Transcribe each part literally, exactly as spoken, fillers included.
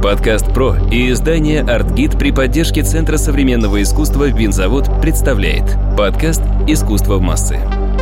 Подкаст «Про» и издание «Артгид» при поддержке Центра современного искусства «Винзавод» представляет подкаст «Искусство в массы».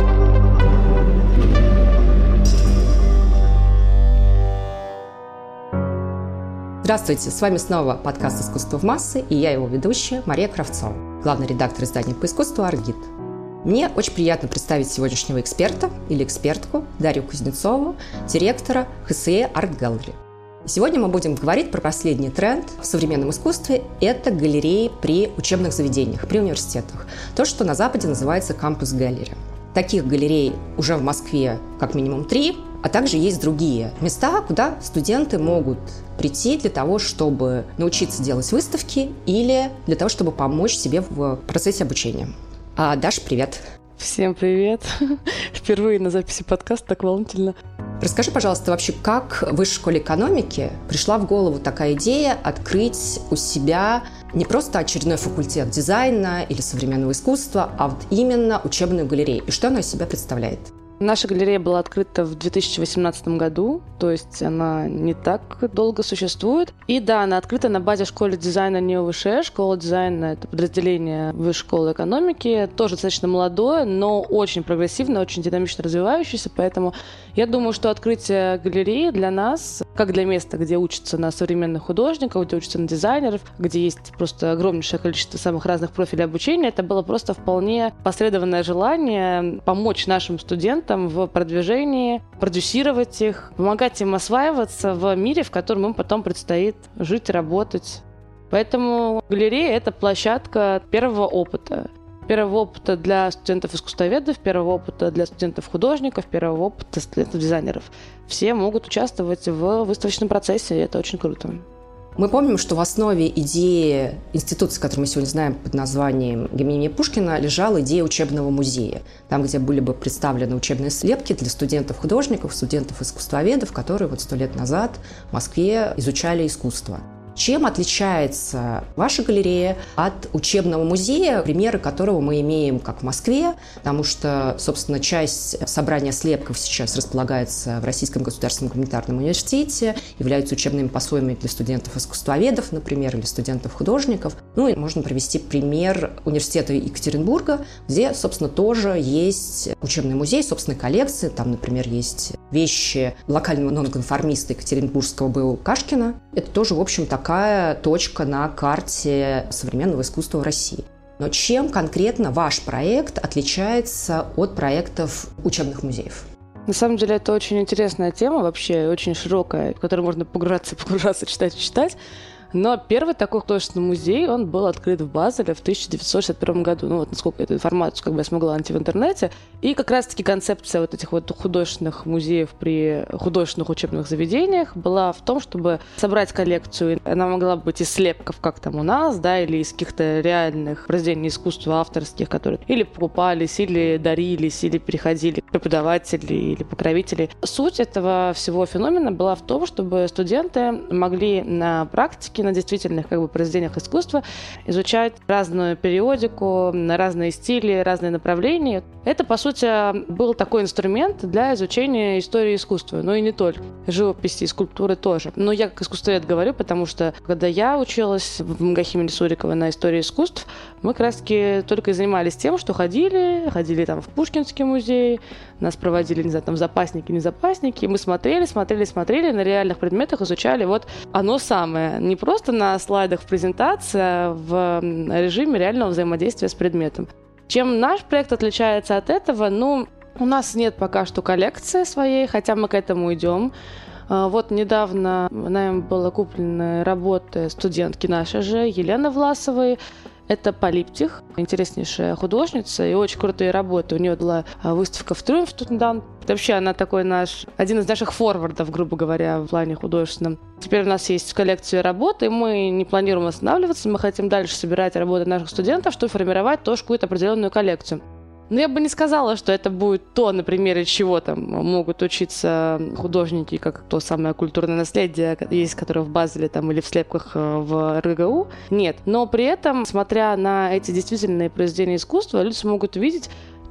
Здравствуйте, с вами снова подкаст «Искусство в массы» и я его ведущая Мария Кравцова, главный редактор издания по искусству «Артгид». Мне очень приятно представить сегодняшнего эксперта или экспертку Дарью Кузнецову, директора эйч эс и Art Gallery. Сегодня мы будем говорить про последний тренд в современном искусстве – это галереи при учебных заведениях, при университетах. То, что на Западе называется кампус-галерея. Таких галерей уже в Москве как минимум три, а также есть другие места, куда студенты могут прийти для того, чтобы научиться делать выставки или для того, чтобы помочь себе в процессе обучения. А, Даш, привет! Всем привет! Впервые на записи подкаста, так волнительно. Расскажи, пожалуйста, вообще, как в Высшей школе экономики пришла в голову такая идея открыть у себя не просто очередной факультет дизайна или современного искусства, а вот именно учебную галерею, и что она из себя представляет? Наша галерея была открыта в две тысячи восемнадцатом году, то есть она не так долго существует. И да, она открыта на базе школы дизайна НИО-ВШЭ. Школа дизайна – это подразделение Высшей школы экономики, тоже достаточно молодое, но очень прогрессивное, очень динамично развивающееся, поэтому я думаю, что открытие галереи для нас, как для места, где учатся на современных художников, где учатся на дизайнеров, где есть просто огромнейшее количество самых разных профилей обучения, это было просто вполне посредованное желание помочь нашим студентам в продвижении, продюсировать их, помогать им осваиваться в мире, в котором им потом предстоит жить, работать. Поэтому галерея – это площадка первого опыта. Первого опыта для студентов-искусствоведов, первого опыта для студентов-художников, первого опыта студентов-дизайнеров. Все могут участвовать в выставочном процессе, и это очень круто. Мы помним, что в основе идеи институции, которую мы сегодня знаем под названием имени Пушкина, лежала идея учебного музея. Там, где были бы представлены учебные слепки для студентов-художников, студентов-искусствоведов, которые вот сто лет назад в Москве изучали искусство. Чем отличается ваша галерея от учебного музея, примеры которого мы имеем как в Москве, потому что, собственно, часть собрания слепков сейчас располагается в Российском государственном гуманитарном университете, являются учебными пособиями для студентов-искусствоведов, например, или студентов-художников. Ну и можно привести пример университета Екатеринбурга, где, собственно, тоже есть учебный музей, собственной коллекции. Там, например, есть вещи локального нонконформиста екатеринбургского Б У Кашкина. Это тоже, в общем, такая точка на карте современного искусства в России. Но чем конкретно ваш проект отличается от проектов учебных музеев? На самом деле это очень интересная тема, вообще очень широкая, в которой можно погружаться, погружаться, читать, читать. Но первый такой художественный музей, он был открыт в Базеле в тысяча девятьсот шестьдесят первом году. Ну вот насколько эту информацию как бы я смогла найти в интернете. И как раз-таки концепция вот этих вот художественных музеев при художественных учебных заведениях была в том, чтобы собрать коллекцию. Она могла быть из слепков, как там у нас, да, или из каких-то реальных произведений искусства авторских, которые или покупались, или дарились, или переходили к преподавателям или покровителей. Суть этого всего феномена была в том, чтобы студенты могли на практике, на действительных как бы произведениях искусства изучать разную периодику, разные стили, разные направления. Это, по сути, был такой инструмент для изучения истории искусства, но и не только. Живописи и скульптуры тоже. Но я как искусствовед говорю, потому что когда я училась в МГАХе имени Сурикова на истории искусств, мы как раз-таки только и занимались тем, что ходили, ходили там в Пушкинский музей, нас проводили, не знаю, там запасники, не запасники, и мы смотрели, смотрели, смотрели, на реальных предметах изучали вот оно самое. Не просто на слайдах в презентации, а в режиме реального взаимодействия с предметом. Чем наш проект отличается от этого? Ну, у нас нет пока что коллекции своей, хотя мы к этому идем. Вот недавно нами была куплена работа студентки нашей же, Елены Власовой. Это полиптих, интереснейшая художница и очень крутые работы. У нее была выставка в Триумф тут недавно. Вообще она такой наш, один из наших форвардов, грубо говоря, в плане художественном. Теперь у нас есть коллекция работы, и мы не планируем останавливаться, мы хотим дальше собирать работы наших студентов, чтобы формировать тоже какую-то определенную коллекцию. Но я бы не сказала, что это будет то, на примере чего там могут учиться художники, как то самое культурное наследие, есть которое в Базеле там, или в слепках в эр гэ гэ у. Нет. Но при этом, смотря на эти действительные произведения искусства, люди смогут увидеть,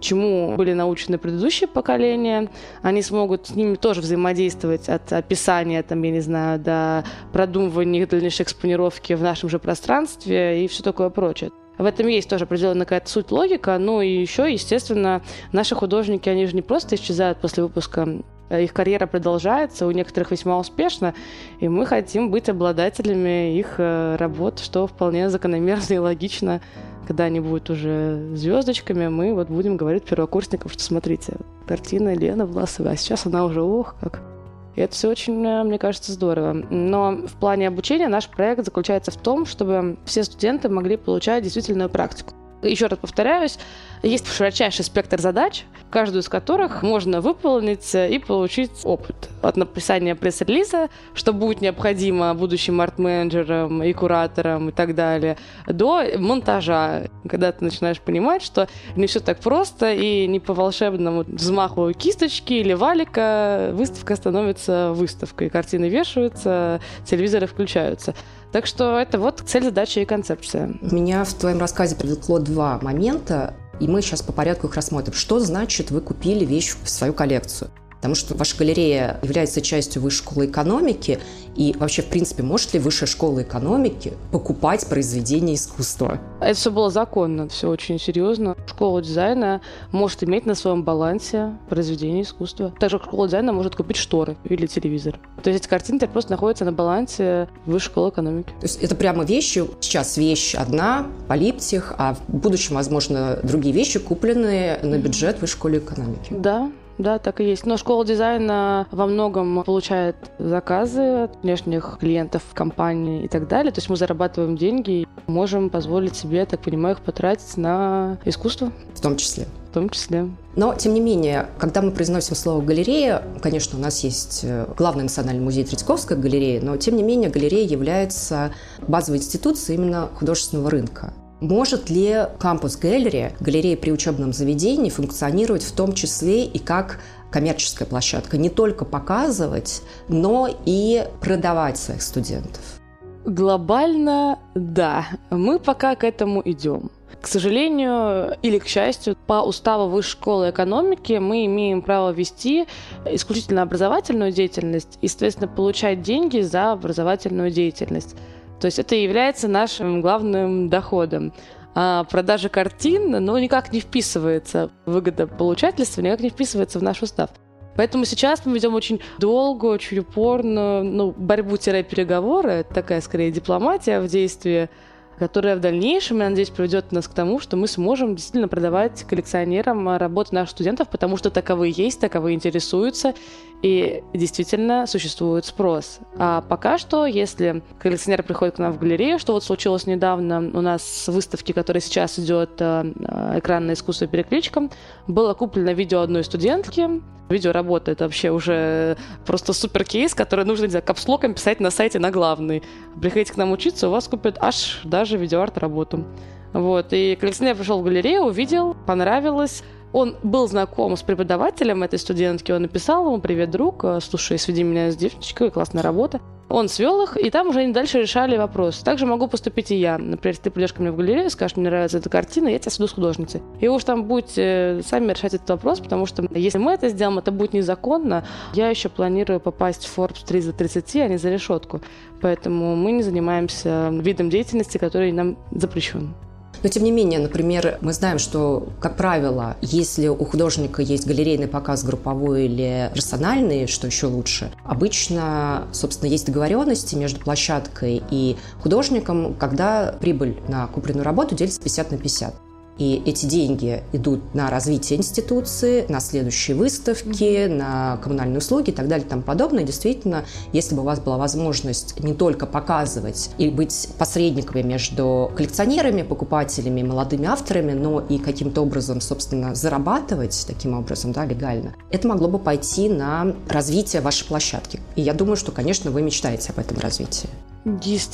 чему были научены предыдущие поколения. Они смогут с ними тоже взаимодействовать от описания, там, я не знаю, до продумывания их дальнейшей экспонировки в нашем же пространстве и все такое прочее. В этом есть тоже определенная какая-то суть, логика. Ну и еще, естественно, наши художники, они же не просто исчезают после выпуска. Их карьера продолжается, у некоторых весьма успешно, и мы хотим быть обладателями их работ, что вполне закономерно и логично. Когда они будут уже звездочками, мы вот будем говорить первокурсникам, что смотрите, картина Лены Власовой, а сейчас она уже ох как. И это все очень, мне кажется, здорово. Но в плане обучения наш проект заключается в том, чтобы все студенты могли получать действительную практику. Еще раз повторяюсь, есть широчайший спектр задач, каждую из которых можно выполнить и получить опыт. От написания пресс-релиза, что будет необходимо будущим арт-менеджерам и кураторам и так далее, до монтажа, когда ты начинаешь понимать, что не все так просто, и не по волшебному взмаху кисточки или валика выставка становится выставкой. Картины вешаются, телевизоры включаются. Так что это вот цель, задача и концепция. Меня в твоем рассказе привлекло два момента, и мы сейчас по порядку их рассмотрим. Что значит, вы купили вещь в свою коллекцию? Потому что ваша галерея является частью Высшей школы экономики, и вообще, в принципе, может ли Высшая школа экономики покупать произведения искусства? Это все было законно, все очень серьезно. Школа дизайна может иметь на своем балансе произведения искусства. Также школа дизайна может купить шторы или телевизор. То есть эти картины просто находятся на балансе Высшей школы экономики. То есть это прямо вещи, сейчас вещь одна, полиптих, а в будущем, возможно, другие вещи, купленные на бюджет Высшей школы экономики. Да. Да, так и есть. Но школа дизайна во многом получает заказы от внешних клиентов компании и так далее. То есть мы зарабатываем деньги и можем позволить себе, я так понимаю, их потратить на искусство. В том числе. В том числе. Но, тем не менее, когда мы произносим слово «галерея», конечно, у нас есть главный национальный музей Третьяковская галерея, но, тем не менее, галерея является базовой институцией именно художественного рынка. Может ли кампус-галерея, галерея при учебном заведении, функционировать в том числе и как коммерческая площадка? Не только показывать, но и продавать своих студентов? Глобально, да. Мы пока к этому идем. К сожалению или к счастью, по уставу Высшей школы экономики мы имеем право вести исключительно образовательную деятельность и, соответственно, получать деньги за образовательную деятельность. То есть это является нашим главным доходом. А продажа картин, ну, никак не вписывается в выгодополучательство, никак не вписывается в наш устав. Поэтому сейчас мы ведем очень долгую, очень упорную ну, борьбу-переговоры. Это такая, скорее, дипломатия в действии, которая в дальнейшем, я надеюсь, приведет нас к тому, что мы сможем действительно продавать коллекционерам работы наших студентов, потому что таковые есть, таковые интересуются, и действительно существует спрос. А пока что, если коллекционеры приходят к нам в галерею, что вот случилось недавно, у нас с выставки, которая сейчас идет «Экранное искусство перекличка», было куплено видео одной студентки. Видеоработа — это вообще уже просто суперкейс, который нужно, не знаю, капслоком писать на сайте на главный. Приходите к нам учиться, у вас купят аж даже видеоарт-работу. Вот. И коллекционер пришел в галерею, увидел, понравилось. Он был знаком с преподавателем этой студентки, он написал ему: «Привет, друг, слушай, сведи меня с девочкой, классная работа». Он свел их, и там уже они дальше решали вопрос. Также могу поступить и я. Например, если ты придешь ко мне в галерею, скажешь: мне нравится эта картина, я тебя сведу с художницей. И вы уж там будете сами решать этот вопрос, потому что если мы это сделаем, это будет незаконно. Я еще планирую попасть в Forbes три за тридцать, а не за решетку. Поэтому мы не занимаемся видом деятельности, который нам запрещен. Но, тем не менее, например, мы знаем, что, как правило, если у художника есть галерейный показ групповой или персональный, что еще лучше, обычно, собственно, есть договоренности между площадкой и художником, когда прибыль на купленную работу делится пятьдесят на пятьдесят. И эти деньги идут на развитие институции, на следующие выставки, mm-hmm. на коммунальные услуги и так далее и тому подобное. Действительно, если бы у вас была возможность не только показывать и быть посредниками между коллекционерами, покупателями, молодыми авторами, но и каким-то образом, собственно, зарабатывать таким образом, да, легально, это могло бы пойти на развитие вашей площадки. И я думаю, что, конечно, вы мечтаете об этом развитии.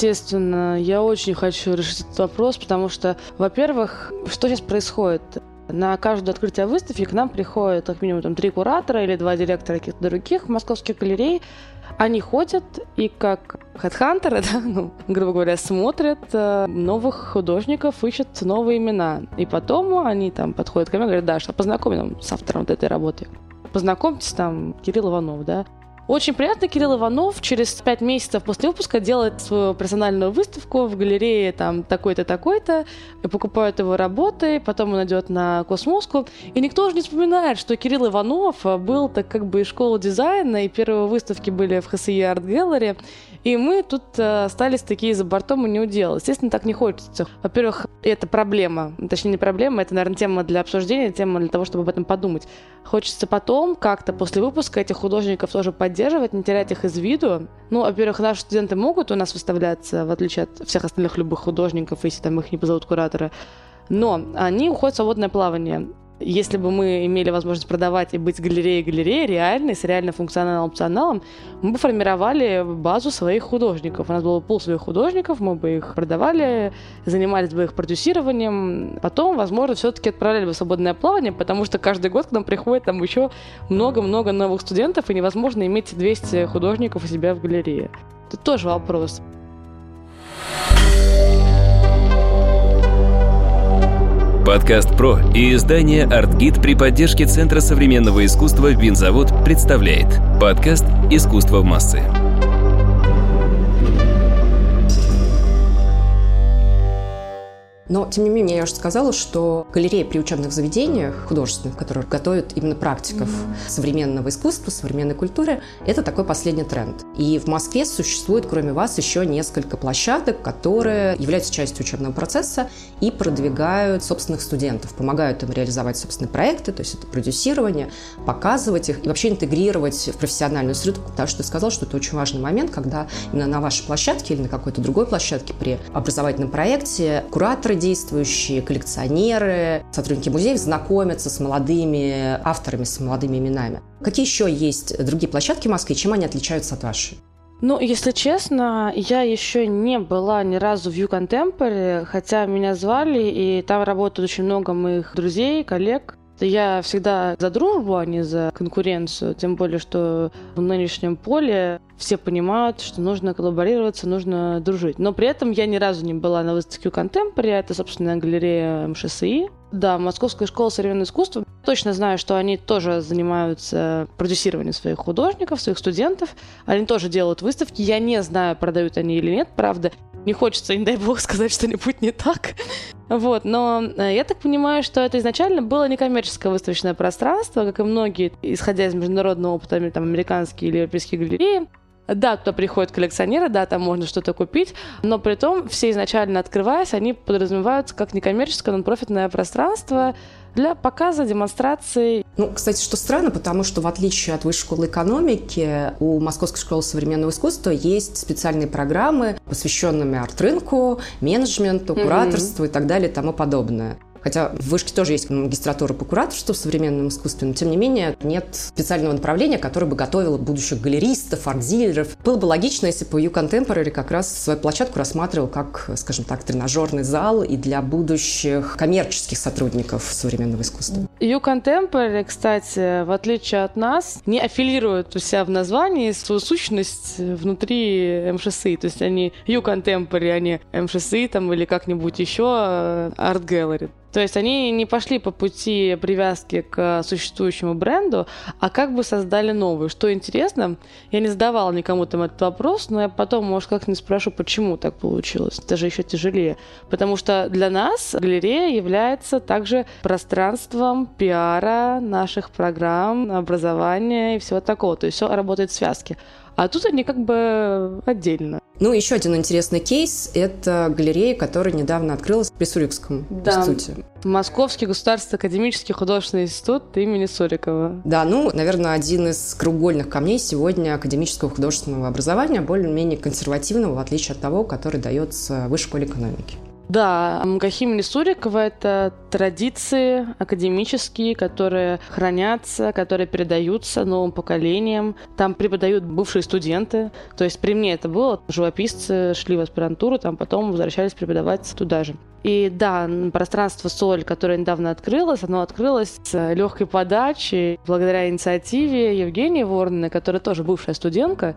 Естественно, я очень хочу решить этот вопрос, потому что, во-первых, что сейчас происходит? На каждое открытие выставки к нам приходят как минимум там, три куратора или два директора каких-то других московских галерей. Они ходят и как хедхантеры, да, ну, грубо говоря, смотрят э, новых художников, ищут новые имена. И потом они там подходят ко мне и говорят: Даша, познакомь нам с автором вот этой работы. Познакомьтесь, там, Кирилл Иванов, да. Очень приятно, Кирилл Иванов через пять месяцев после выпуска делает свою персональную выставку в галерее там такой-то, такой-то, и покупают его работы, потом он идет на Космоску, и никто уже не вспоминает, что Кирилл Иванов был так как бы из школы дизайна, и первые выставки были в ХСИ Арт Gallery, и мы тут э, остались такие за бортом и не удел. Естественно, так не хочется. Во-первых, это проблема, точнее не проблема, это, наверное, тема для обсуждения, тема для того, чтобы об этом подумать. Хочется потом как-то после выпуска этих художников тоже поддерживать, не терять их из виду. Ну, во-первых, наши студенты могут у нас выставляться, в отличие от всех остальных любых художников, если там их не позовут кураторы, но они уходят в свободное плавание. Если бы мы имели возможность продавать и быть галереей-галереей, реальной, с реальным функциональным опционалом, мы бы формировали базу своих художников. У нас был пул своих художников, мы бы их продавали, занимались бы их продюсированием. Потом, возможно, все-таки отправляли бы в свободное плавание, потому что каждый год к нам приходит там еще много-много новых студентов, и невозможно иметь двести художников у себя в галерее. Это тоже вопрос. Подкаст «Про» и издание «Артгид» при поддержке Центра современного искусства «Винзавод» представляет подкаст «Искусство в массы». Но, тем не менее, я уже сказала, что галереи при учебных заведениях художественных, которые готовят именно практиков mm-hmm. современного искусства, современной культуры, это такой последний тренд. И в Москве существует, кроме вас, еще несколько площадок, которые являются частью учебного процесса и продвигают собственных студентов, помогают им реализовать собственные проекты, то есть это продюсирование, показывать их и вообще интегрировать в профессиональную среду. Потому что ты сказал, что это очень важный момент, когда именно на вашей площадке или на какой-то другой площадке при образовательном проекте кураторы действующие, коллекционеры, сотрудники музеев знакомятся с молодыми авторами, с молодыми именами. Какие еще есть другие площадки в Москве, чем они отличаются от вашей? Ну, если честно, я еще не была ни разу в View Contemporary, хотя меня звали, и там работают очень много моих друзей, коллег. Я всегда за дружбу, а не за конкуренцию, тем более, что в нынешнем поле все понимают, что нужно коллаборироваться, нужно дружить. Но при этом я ни разу не была на выставке Contemporary, это, собственно, галерея эм ша эс и. Да, Московская школа современного искусства. Точно знаю, что они тоже занимаются продюсированием своих художников, своих студентов. Они тоже делают выставки. Я не знаю, продают они или нет, правда. Не хочется, не дай бог, сказать что-нибудь не так. Вот, но я так понимаю, что это изначально было некоммерческое выставочное пространство, как и многие, исходя из международного опыта, там, американские или европейские галереи. Да, туда приходят коллекционеры, да, там можно что-то купить, но при том все изначально открываясь, они подразумеваются как некоммерческое нон-профитное пространство для показа, демонстрации. Ну, кстати, что странно, потому что в отличие от Высшей школы экономики, у Московской школы современного искусства есть специальные программы, посвященные арт-рынку, менеджменту, кураторству mm-hmm. и так далее и тому подобное. Хотя в Вышке тоже есть магистратура по кураторству в современном искусстве, но, тем не менее, нет специального направления, которое бы готовило будущих галеристов, арт-дилеров. Было бы логично, если бы View Contemporary как раз свою площадку рассматривал как, скажем так, тренажерный зал и для будущих коммерческих сотрудников современного искусства. View Contemporary, кстати, в отличие от нас, не аффилирует у себя в названии свою сущность внутри эм ша эс и. То есть они View Contemporary, они эм ша эс и там, или как-нибудь еще Art Gallery. То есть они не пошли по пути привязки к существующему бренду, а как бы создали новый. Что интересно, я не задавала никому там этот вопрос, но я потом, может, как-нибудь спрошу, почему так получилось. Это же еще тяжелее. Потому что для нас галерея является также пространством пиара наших программ, образования и всего такого. То есть все работает в связке. А тут они как бы отдельно. Ну, еще один интересный кейс – это галерея, которая недавно открылась при Сурикском да. институте. Московский государственный академический художественный институт имени Сурикова. Да, ну, наверное, один из краеугольных камней сегодня академического художественного образования, более-менее консервативного, в отличие от того, который дается в Высшей школе экономики. Да, МГАХ имени Сурикова — это традиции академические, которые хранятся, которые передаются новым поколениям. Там преподают бывшие студенты. То есть при мне это было. Живописцы шли в аспирантуру, там потом возвращались преподавать туда же. И да, пространство «Соль», которое недавно открылось, оно открылось с легкой подачи благодаря инициативе Евгении Ворониной, которая тоже бывшая студентка,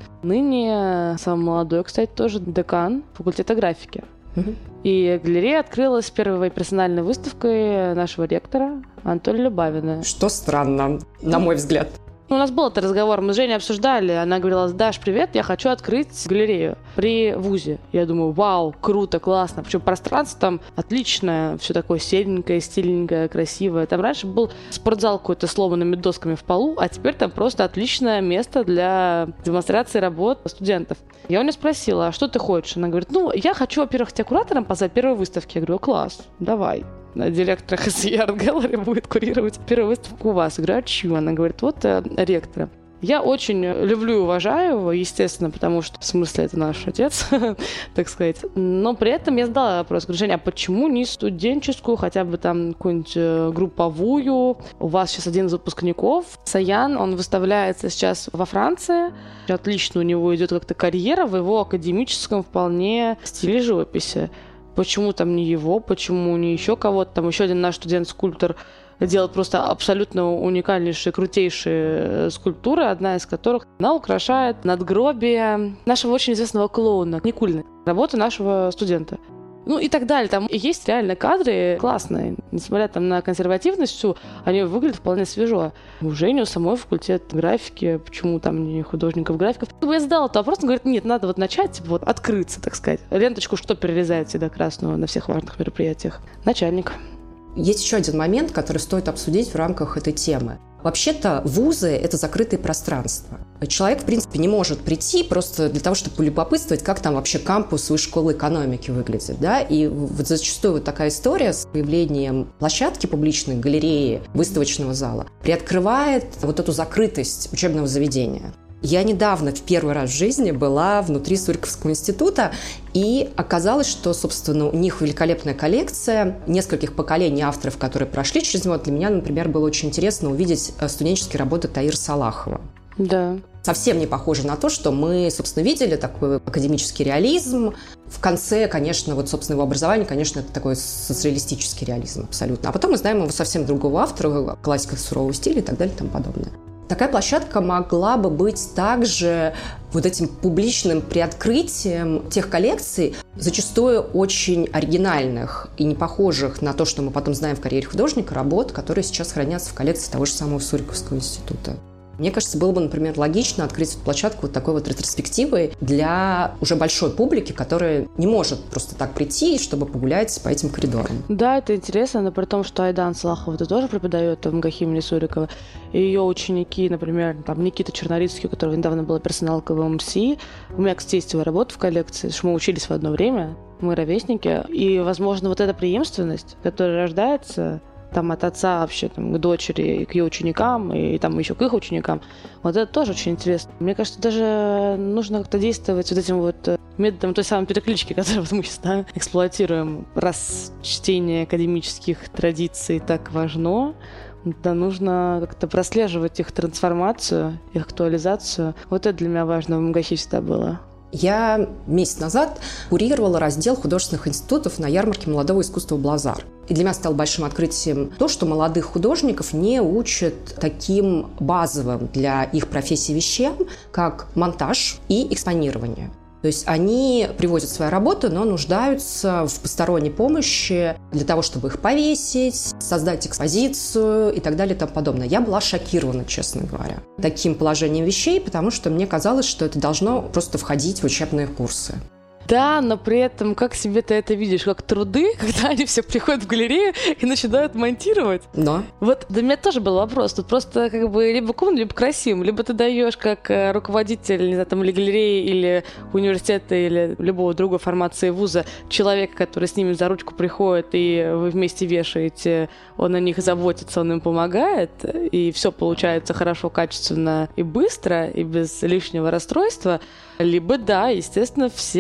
ныне самый молодой, кстати, тоже декан факультета графики. Mm-hmm. И галерея открылась первой персональной выставкой нашего ректора Анатолия Любавина. Что странно, на мой взгляд. У нас был этот разговор, мы с Женей обсуждали. Она говорила: Даш, привет, я хочу открыть галерею при вузе. Я думаю, вау, круто, классно. Причем пространство там отличное, все такое серенькое, стильненькое, красивое. Там раньше был спортзал какой-то с сломанными досками в полу, а теперь там просто отличное место для демонстрации работ студентов. Я у нее спросила: а что ты хочешь? Она говорит: ну, я хочу, во-первых, тебя куратором позвать первой выставки. Я говорю: класс, давай. Директор эйч эс и Art Gallery будет курировать первую выставку у вас. Я говорю: а чью? Она говорит: вот э, ректора. Я очень люблю и уважаю его, естественно, потому что, в смысле, это наш отец, так сказать. Но при этом я задала вопрос: говорю: Женя, а почему не студенческую, хотя бы там какую-нибудь групповую? У вас сейчас один из выпускников, Саян, он выставляется сейчас во Франции. Отлично у него идет как-то карьера в его академическом вполне стиле живописи. Почему там не его, почему не еще кого-то? Там еще один наш студент-скульптор делает просто абсолютно уникальнейшие, крутейшие скульптуры, одна из которых она украшает надгробие нашего очень известного клоуна Никулина, работы нашего студента. Ну и так далее. Там есть реально кадры классные. Несмотря там на консервативность всю, они выглядят вполне свежо. У Жени, у самой факультет графики, почему там не художников-графиков. Я задала этот вопрос, он говорит: нет, надо вот начать, типа, вот открыться, так сказать. Ленточку что перерезает всегда красную на всех важных мероприятиях? Начальник. Есть еще один момент, который стоит обсудить в рамках этой темы. Вообще-то вузы – это закрытые пространства. Человек, в принципе, не может прийти просто для того, чтобы полюбопытствовать, как там вообще кампус высшей школы экономики выглядит. Да? И вот зачастую вот такая история с появлением площадки публичной, галереи, выставочного зала приоткрывает вот эту закрытость учебного заведения. Я недавно в первый раз в жизни была внутри Суриковского института, и оказалось, что, собственно, у них великолепная коллекция нескольких поколений авторов, которые прошли через него. Для меня, например, было очень интересно увидеть студенческие работы Таира Салахова. Да. Совсем не похоже на то, что мы, собственно, видели, такой академический реализм. В конце, конечно, вот, собственно, его образование, конечно, это такой социалистический реализм абсолютно. А потом мы знаем его совсем другого автора, классика сурового стиля и так далее и тому подобное. Такая площадка могла бы быть также вот этим публичным приоткрытием тех коллекций, зачастую очень оригинальных и не похожих на то, что мы потом знаем в карьере художника, работ, которые сейчас хранятся в коллекции того же самого Суриковского института. Мне кажется, было бы, например, логично открыть площадку вот такой вот ретроспективой для уже большой публики, которая не может просто так прийти, чтобы погулять по этим коридорам. Да, это интересно, но при том, что Айдан Салахова тоже преподает в МГАХ имени Сурикова, и ее ученики, например, там Никита Чернорицкий, у которого недавно была персоналка в МСИ. У меня, кстати, есть его работа в коллекции, что мы учились в одно время, мы ровесники, и, возможно, вот эта преемственность, которая рождается там от отца вообще там, к дочери, к ее ученикам, и там еще к их ученикам. Вот это тоже очень интересно. Мне кажется, даже нужно как-то действовать вот этим вот методом той самой переклички, которую мы сейчас да, эксплуатируем. Раз чтение академических традиций так важно, да, нужно как-то прослеживать их трансформацию, их актуализацию. Вот это для меня важно в МГАХе всегда было. Я месяц назад курировала раздел художественных институтов на ярмарке молодого искусства «Блазар». И для меня стало большим открытием то, что молодых художников не учат таким базовым для их профессии вещам, как монтаж и экспонирование. То есть они привозят свои работы, но нуждаются в посторонней помощи для того, чтобы их повесить, создать экспозицию и так далее и тому подобное. Я была шокирована, честно говоря, таким положением вещей, потому что мне казалось, что это должно просто входить в учебные курсы. Да, но при этом как себе ты это видишь? Как труды, когда они все приходят в галерею и начинают монтировать? Да. Вот для меня тоже был вопрос. Тут просто как бы либо кун, либо красим. Либо ты даешь как руководитель, не знаю, там, или галереи, или университета, или любого другой формации вуза человека, который с ними за ручку приходит, и вы вместе вешаете, он о них заботится, он им помогает, и все получается хорошо, качественно и быстро, и без лишнего расстройства. Либо, да, естественно, все приобретают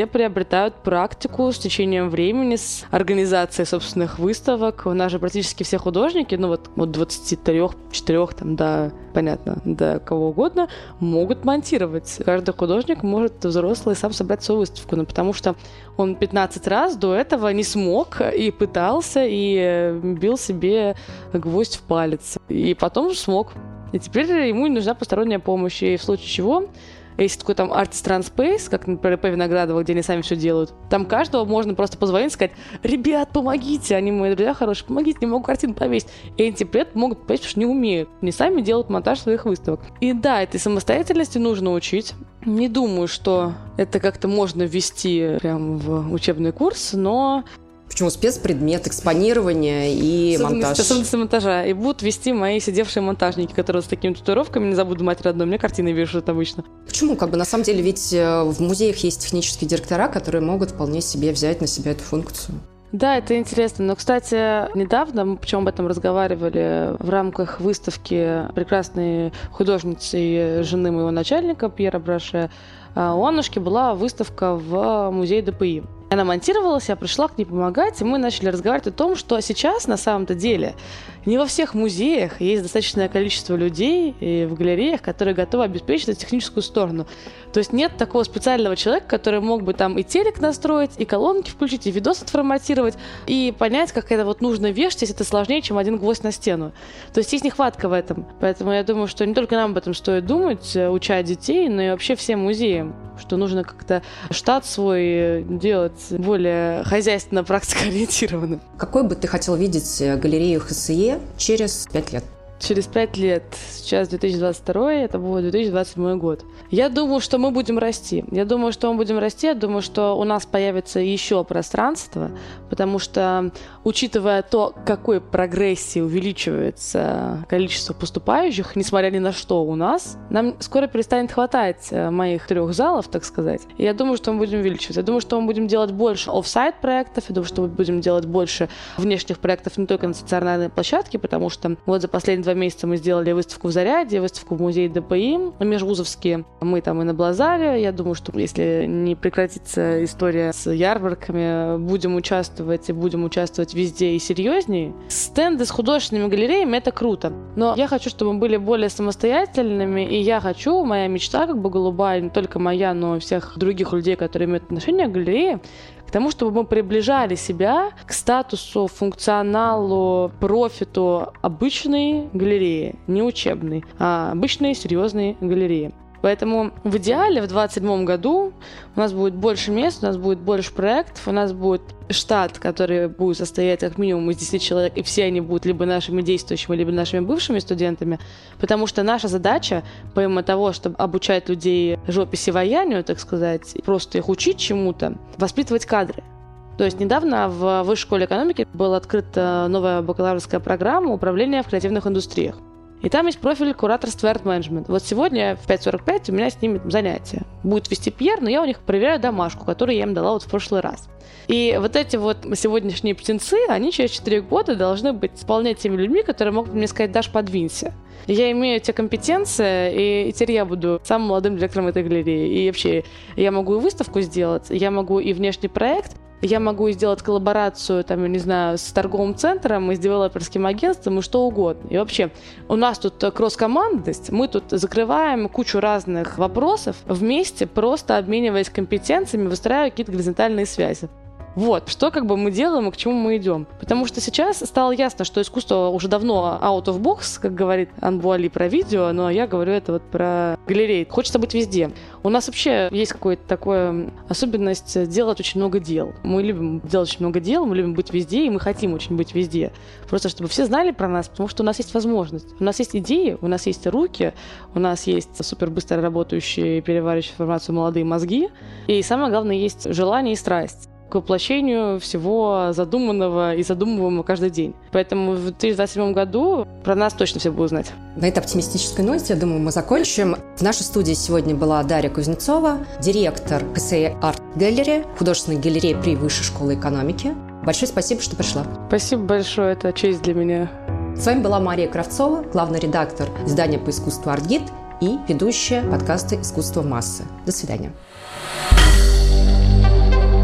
приобретают практику с течением времени, с организацией собственных выставок. У нас же практически все художники, ну вот от двадцати трёх, четырёх там до, понятно, до кого угодно, могут монтировать. Каждый художник может взрослый сам собрать свою выставку, ну, потому что он пятнадцать раз до этого не смог и пытался, и бил себе гвоздь в палец. И потом смог. И теперь ему не нужна посторонняя помощь. И в случае чего, есть такой там Artist Run Space, как, например, по Виноградово, где они сами все делают, там каждого можно просто позвонить и сказать: ребят, помогите, они мои друзья хорошие, помогите, не могу картину повесить. И они теперь могут повесить, потому что не умеют. Не сами делают монтаж своих выставок. И да, этой самостоятельности нужно учить. Не думаю, что это как-то можно ввести прямо в учебный курс, но... Почему спецпредмет, экспонирование и монтаж? Особенности монтажа. И будут вести мои сидевшие монтажники, которые с такими татуировками, не забуду мать родную, мне картины вешают обычно. Почему? Как бы на самом деле ведь в музеях есть технические директора, которые могут вполне себе взять на себя эту функцию. Да, это интересно. Но, кстати, недавно, мы причем об этом разговаривали в рамках выставки прекрасной художницы и жены моего начальника Пьера Браше, у Аннушки была выставка в музее ДПИ. Она монтировалась, я пришла к ней помогать, и мы начали разговаривать о том, что сейчас на самом-то деле не во всех музеях есть достаточное количество людей и в галереях, которые готовы обеспечить эту техническую сторону. То есть нет такого специального человека, который мог бы там и телек настроить, и колонки включить, и видос отформатировать, и понять, как это вот нужно вешать, если это сложнее, чем один гвоздь на стену. То есть есть нехватка в этом. Поэтому я думаю, что не только нам об этом стоит думать, уча детей, но и вообще всем музеям, что нужно как-то штат свой делать более хозяйственно практикоориентированным. Какой бы ты хотел видеть галерею ХСЕ через пять лет? Через пять лет, сейчас две тысячи двадцать второй, это будет две тысячи двадцать седьмой год. Я думаю, что мы будем расти. Я думаю, что мы будем расти. Я думаю, что у нас появится еще пространство, потому что, учитывая то, какой прогрессии увеличивается количество поступающих, несмотря ни на что у нас, нам скоро перестанет хватать моих трех залов, так сказать. И я думаю, что мы будем увеличивать. Я думаю, что мы будем делать больше офсайт проектов. Я думаю, что мы будем делать больше внешних проектов не только на стационарной площадке, потому что вот за последние два месяца мы сделали выставку в Заряде, выставку в музее ДПИ, межвузовские. Мы там и на Блазаре. Я думаю, что если не прекратится история с ярмарками, будем участвовать и будем участвовать везде и серьезнее. Стенды с художественными галереями — это круто. Но я хочу, чтобы мы были более самостоятельными, и я хочу, моя мечта как бы голубая, не только моя, но и всех других людей, которые имеют отношение к галерее, к тому, чтобы мы приближали себя к статусу, функционалу, профиту обычной галереи, не учебной, а обычной серьезной галереи. Поэтому в идеале в двадцать седьмом году у нас будет больше мест, у нас будет больше проектов, у нас будет штат, который будет состоять как минимум из десяти человек, и все они будут либо нашими действующими, либо нашими бывшими студентами, потому что наша задача, помимо того, чтобы обучать людей жописи ваянию, так сказать, просто их учить чему-то, воспитывать кадры. То есть недавно в Высшей школе экономики была открыта новая бакалаврская программа управления в креативных индустриях. И там есть профиль кураторства и арт-менеджмент. Вот сегодня в пять сорок пять у меня с ними занятия. Будет вести Пьер, но я у них проверяю домашку, которую я им дала вот в прошлый раз. И вот эти вот сегодняшние птенцы, они через четыре года должны быть вполне теми людьми, которые могут мне сказать: Даш, подвинься. Я имею те компетенции, и теперь я буду самым молодым директором этой галереи. И вообще, я могу и выставку сделать, я могу и внешний проект, я могу сделать коллаборацию, там, я не знаю, с торговым центром, и с девелоперским агентством, и что угодно. И вообще, у нас тут кросс-командность, мы тут закрываем кучу разных вопросов вместе, просто обмениваясь компетенциями, выстраивая какие-то горизонтальные связи. Вот, что как бы мы делаем и к чему мы идем. Потому что сейчас стало ясно, что искусство уже давно out of box, как говорит Анбуали про видео, но я говорю это вот про галереи. Хочется быть везде. У нас вообще есть какая-то такая особенность делать очень много дел. Мы любим делать очень много дел, мы любим быть везде, и мы хотим очень быть везде. Просто чтобы все знали про нас, потому что у нас есть возможность. У нас есть идеи, у нас есть руки, у нас есть супер быстро работающие, переваривающие информацию молодые мозги. И самое главное, есть желание и страсть к воплощению всего задуманного и задумываемого каждый день. Поэтому в две тысячи двадцать седьмом году про нас точно все будут знать. На этой оптимистической ноте, я думаю, мы закончим. В нашей студии сегодня была Дарья Кузнецова, директор ХСЕ Арт Галери, художественной галереи при Высшей школе экономики. Большое спасибо, что пришла. Спасибо большое, это честь для меня. С вами была Мария Кравцова, главный редактор издания по искусству «Артгид» и ведущая подкаста «Искусство массы». До свидания.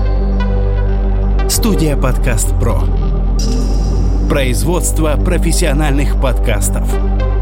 Студия «Подкаст Про». Производство профессиональных подкастов.